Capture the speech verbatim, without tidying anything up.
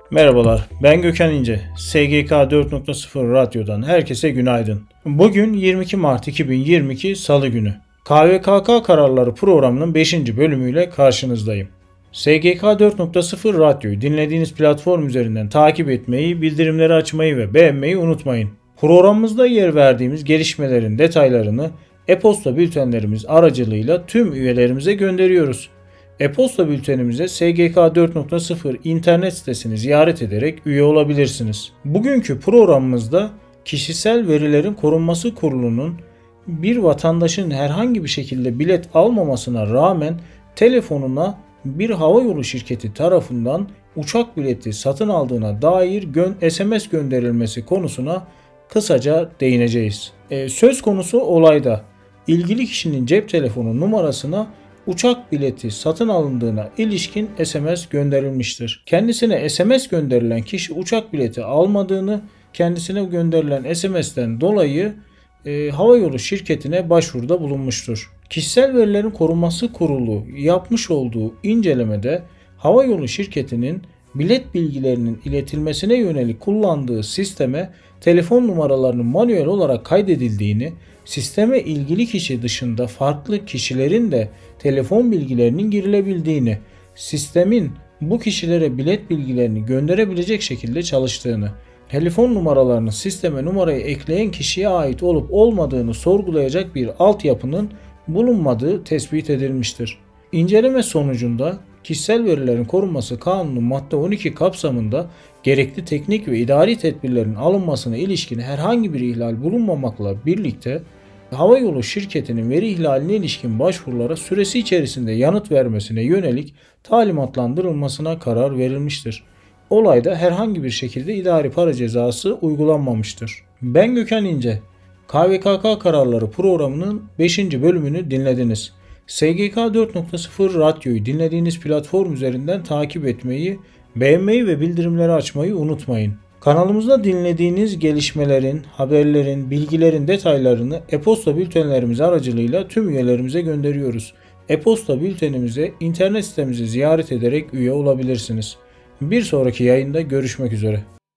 Merhabalar, ben Gökhan İnce. S G K dört nokta sıfır Radyo'dan herkese günaydın. Bugün yirmi iki Mart iki bin yirmi iki Salı günü. K V K K Kararları programının beşinci bölümüyle karşınızdayım. S G K dört nokta sıfır Radyo'yu dinlediğiniz platform üzerinden takip etmeyi, bildirimleri açmayı ve beğenmeyi unutmayın. Programımızda yer verdiğimiz gelişmelerin detaylarını e-posta bültenlerimiz aracılığıyla tüm üyelerimize gönderiyoruz. E-posta bültenimize S G K dört nokta sıfır internet sitesini ziyaret ederek üye olabilirsiniz. Bugünkü programımızda Kişisel Verilerin Korunması Kurulu'nun bir vatandaşın herhangi bir şekilde bilet almamasına rağmen telefonuna bir havayolu şirketi tarafından uçak bileti satın aldığına dair S M S gönderilmesi konusuna kısaca değineceğiz. E, söz konusu olayda ilgili kişinin cep telefonu numarasına uçak bileti satın alındığına ilişkin S M S gönderilmiştir. Kendisine S M S gönderilen kişi uçak bileti almadığını, kendisine gönderilen S M S'ten dolayı e, havayolu şirketine başvuruda bulunmuştur. Kişisel Verilerin Korunması Kurulu yapmış olduğu incelemede havayolu şirketinin bilet bilgilerinin iletilmesine yönelik kullandığı sisteme telefon numaralarının manuel olarak kaydedildiğini, sisteme ilgili kişi dışında farklı kişilerin de telefon bilgilerinin girilebildiğini, sistemin bu kişilere bilet bilgilerini gönderebilecek şekilde çalıştığını, telefon numaralarını sisteme numarayı ekleyen kişiye ait olup olmadığını sorgulayacak bir altyapının bulunmadığı tespit edilmiştir. İnceleme sonucunda Kişisel Verilerin Korunması Kanunu madde on iki kapsamında gerekli teknik ve idari tedbirlerin alınmasına ilişkin herhangi bir ihlal bulunmamakla birlikte havayolu şirketinin veri ihlaline ilişkin başvurulara süresi içerisinde yanıt vermesine yönelik talimatlandırılmasına karar verilmiştir. Olayda herhangi bir şekilde idari para cezası uygulanmamıştır. Ben Gökhan İnce. K V K K Kararları programının beşinci bölümünü dinlediniz. S G K dört nokta sıfır Radyo'yu dinlediğiniz platform üzerinden takip etmeyi, beğenmeyi ve bildirimleri açmayı unutmayın. Kanalımızda dinlediğiniz gelişmelerin, haberlerin, bilgilerin detaylarını e-posta bültenlerimiz aracılığıyla tüm üyelerimize gönderiyoruz. E-posta bültenimize internet sitemizi ziyaret ederek üye olabilirsiniz. Bir sonraki yayında görüşmek üzere.